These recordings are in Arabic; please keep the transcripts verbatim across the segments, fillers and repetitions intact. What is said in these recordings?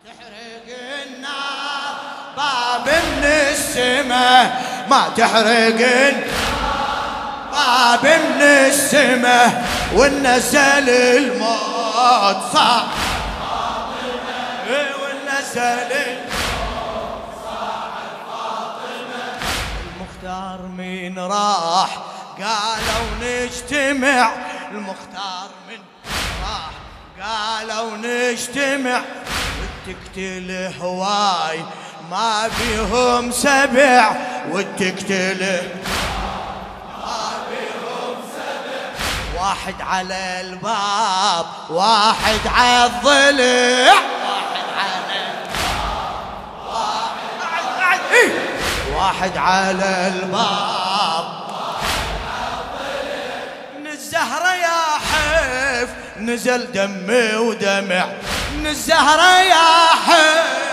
تحرق النار باب من السماء، ما تحرق النار باب من السماء، ونزل الموت صاح فاطمة، ونزل الموت صاح فاطمة. المختار من راح قالوا نجتمع، المختار من راح قالوا نجتمع، وتقتل هواي ما بيهم سبع، وتقتل ما بيهم سبع. واحد على الباب واحد على الضلع، واحد على الباب واحد على إيه؟ واحد على الباب واحد على الضلع. من الزهرة يا حيف نزل دمي ودمع، من الزهرة يا حيف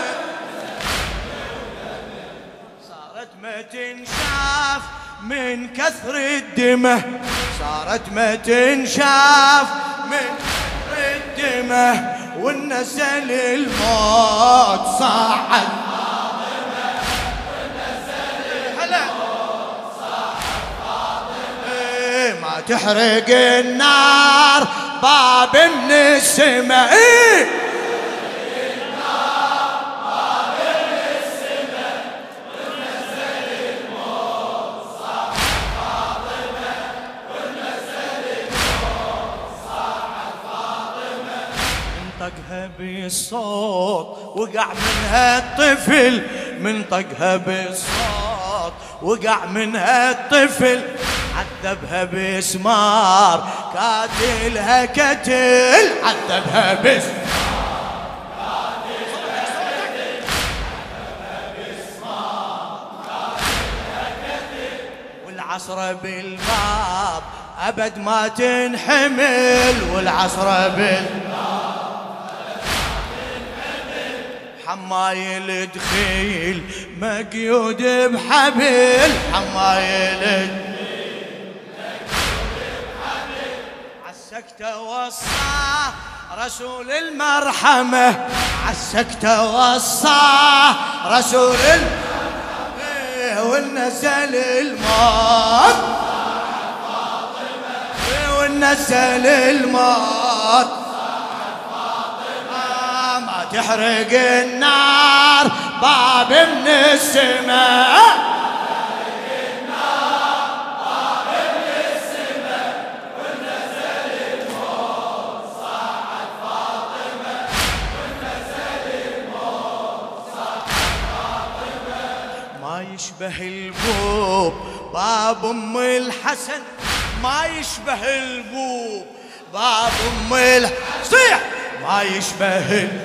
صارت ما تنشاف من كثر الدمه، صارت ما تنشاف من كثر الدمه، ونزل الموت صاعد فاطمة، ونزل الموت صاعد فاطمة. ما تحرق النار باب من السماء، إيه؟ طقها بالصوت وقع منها الطفل، من طقها بالصوت وقع منها الطفل، عذبها بسمار قاتلها قتل، عذبها بسمار قاتلها قتل، عذبها بسمار قاتلها قتل. والعصرة بالباب أبد ما تنحمل، والعصرة بالباب حمايل دخيل مقيود بحبل، حمايل دخيل مقيود بحبل. عالسكتة وصاه رسول المرحمة، عالسكتة وصاه رسول المرحمة، ونزل الموت ونزل الموت. تحرق النار باب من السماء، تحرق النار باب من السماء، ونزل الموت صاعد فاطمة، ونزل الموت صاعد فاطمة. ما يشبه البوب باب ام الحسن، ما يشبه البوب باب ام الحسن، ما يشبه البوب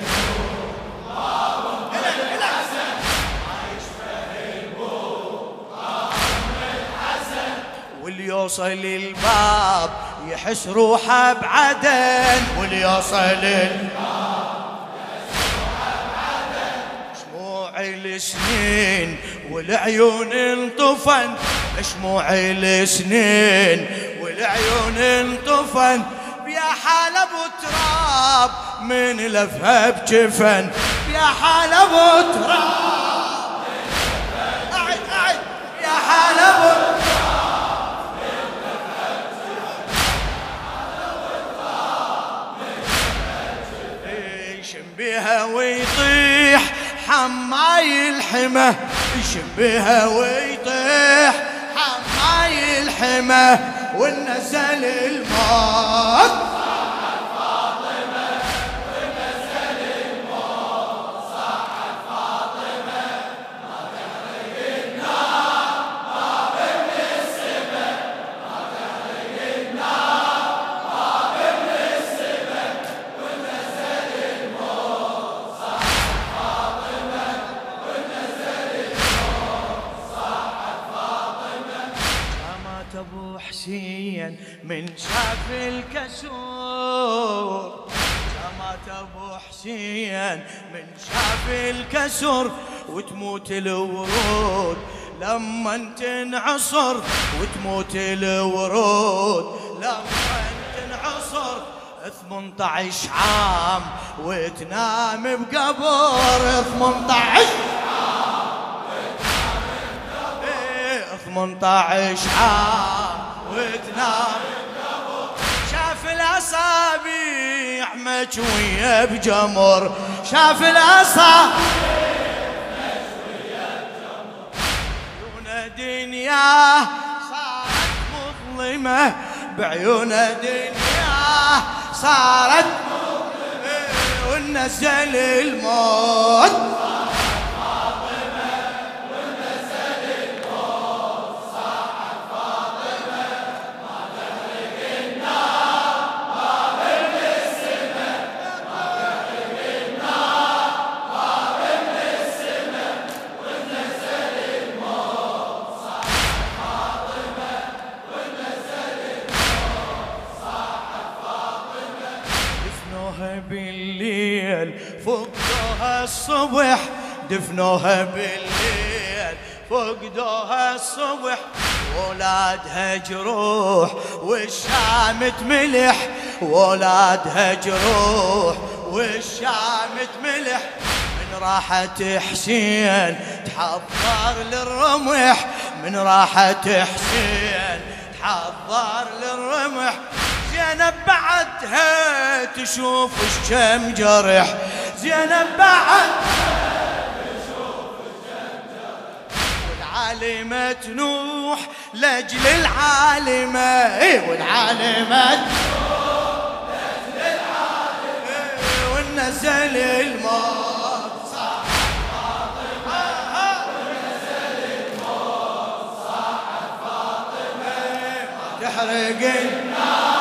يوصل الباب يحس روحه بعدن، واليوصل الباب يحس روحه بعدن. شموع السنين والعيون انطفن، شموع السنين والعيون انطفن، يا حال ابو تراب من لفها بجفن، يا حال ابو تراب من لفها قعد قعد، يا حال ابو بها ويطيح حماي الحمى، يشم بها ويطيح حماي الحمى، ونزل الموت صاعد فاطمة، ونزل الموت صاعد فاطمة. ما تحرق النار باب من السماء، ما تحرق النار باب من السماء، ونزل الموت صاعد فاطمة، ونزل الموت صاعد فاطمة. قامت ابو حسين من شاف الكسور، قامت ابو حسين من شاف الكسور، وتموت الورود لما تنعصر، وتموت الورود لما تنعصر. ثمنطعش عام وتنام بقبر ثمنطعش ثمنطعش عام وتنام بقبر. شاف الأصابع مجوية بجمر، شاف الأصابع بعيون دنياه صارت مظلمة، بعيون دنياه صارت مظلمة، ونزل الموت بالليل فقدوها الصبح، دفنوها بالليل فقدوها الصبح، ولادها جروح والشام تملح، ولادها جروح والشام تملح. من راحة حسين تحضر للرمح، من راحة حسين تحضر للرمح. زينب بعدها تشوف وش كم جرح، زينب بعدها تشوف وش كم جرح. والعالمة تنوح لاجل العالمة، اي والعالمة تنوح لاجل العالمة، ونزل الموت صاحت فاطمة، ونزل الموت صاحت فاطمة. ما تحرق النار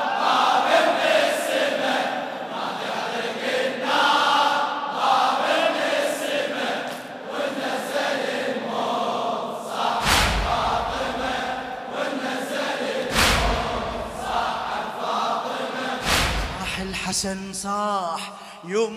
الحسن صاح يوم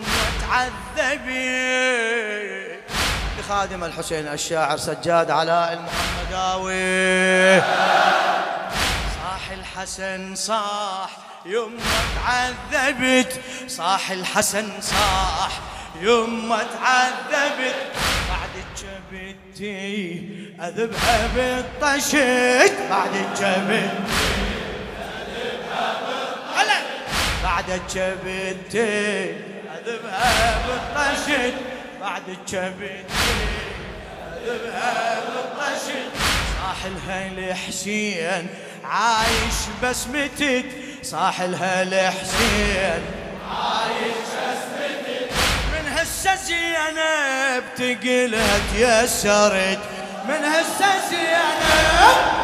تعذبي. لخادم الحسين الشاعر سجاد علاء المحمداوي. صاح الحسن صاح يوم تعذبت، صاح الحسن صاح يوم تعذبت. بعد الجبتي اذبها بالطشت، بعد الجبتي بعد الجبتي اذبها بالطشت، بعد الجبتي اذبها بالطشت. صاح لها الحسين عايش بس متت، صاح لها الحسين عايش بس متت. من هسه زينب تقلها تيسرت، من هسه زينب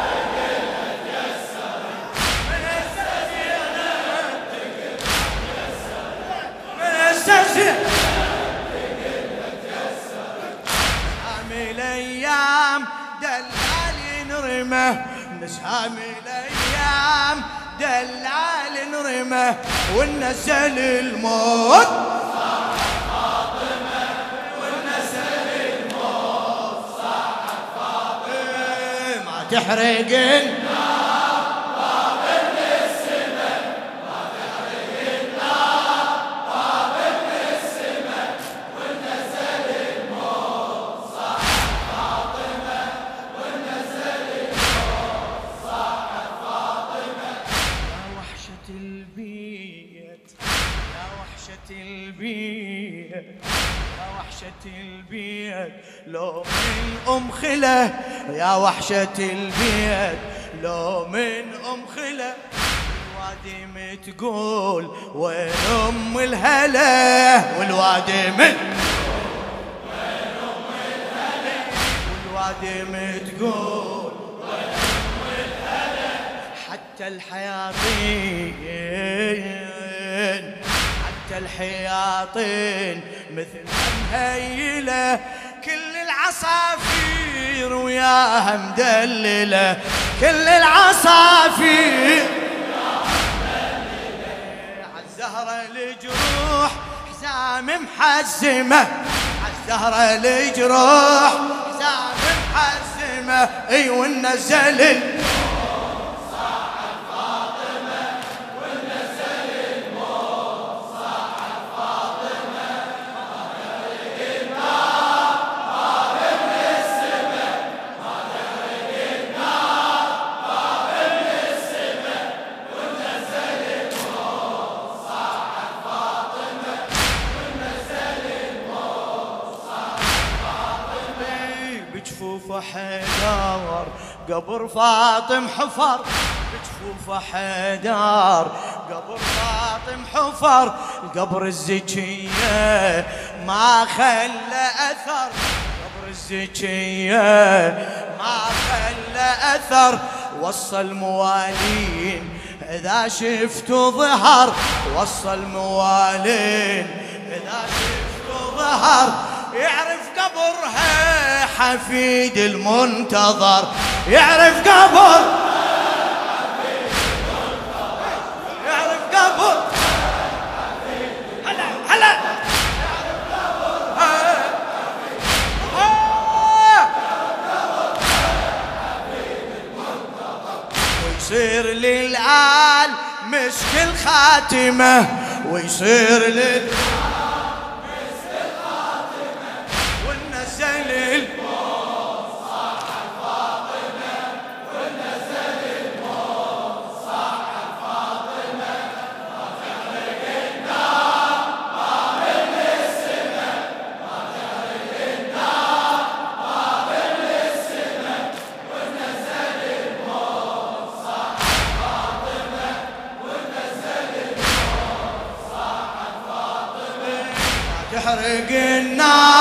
الايام دلال نرمه، نسهام الايام دلال نرمه، ونزل الموت صاحت فاطمه، ونزل الموت صاحت فاطمه. ما تحرق النار باب السماء، ما تحرق النار باب السماء، ونزل الموت صاحت فاطمه، ونزل الموت صاحت فاطمه. يا وحشة البيت، يا وحشة البيت، يا وحشة البيت لو من أم خله، يا وحشة البيت لو من أم خله. الوادي متقول وين أم الهلا، والوادي متقول وين أم الهلا، والوادي متقول وين أم الهلا. حتى الحياطين، حتى الحياطين مثل مهيلة، كل العصافير وياها مدللة، كل العصافير عالزهرة الجروح حزام محزمة، عالزهرة الجروح حزام محزمة. اي ونزل بجفوفه حيدر قبر فاطم حفر، بجفوفه حيدر قبر فاطم حفر، القبر الزكية ما خلى أثر، قبر الزكية ما خلى أثر، وصى الموالين إذا شفتوا ظهر، وصى الموالين إذا شفتوا ظهر، يعرف قبرها حفيد المنتظر، يعرف قبر يعرف قبر هلا هلا ويصير للآل مسك الخاتمة، ويصير للآل مسك الخاتمة، ونزل المصحف فاطمة، ونزل المصحف فاطمة، ما تحرق النار ما من السماء، ما تحرق النار ما من السماء، ونزل المصحف فاطمة، ونزل المصحف فاطمة، ما تحرق النار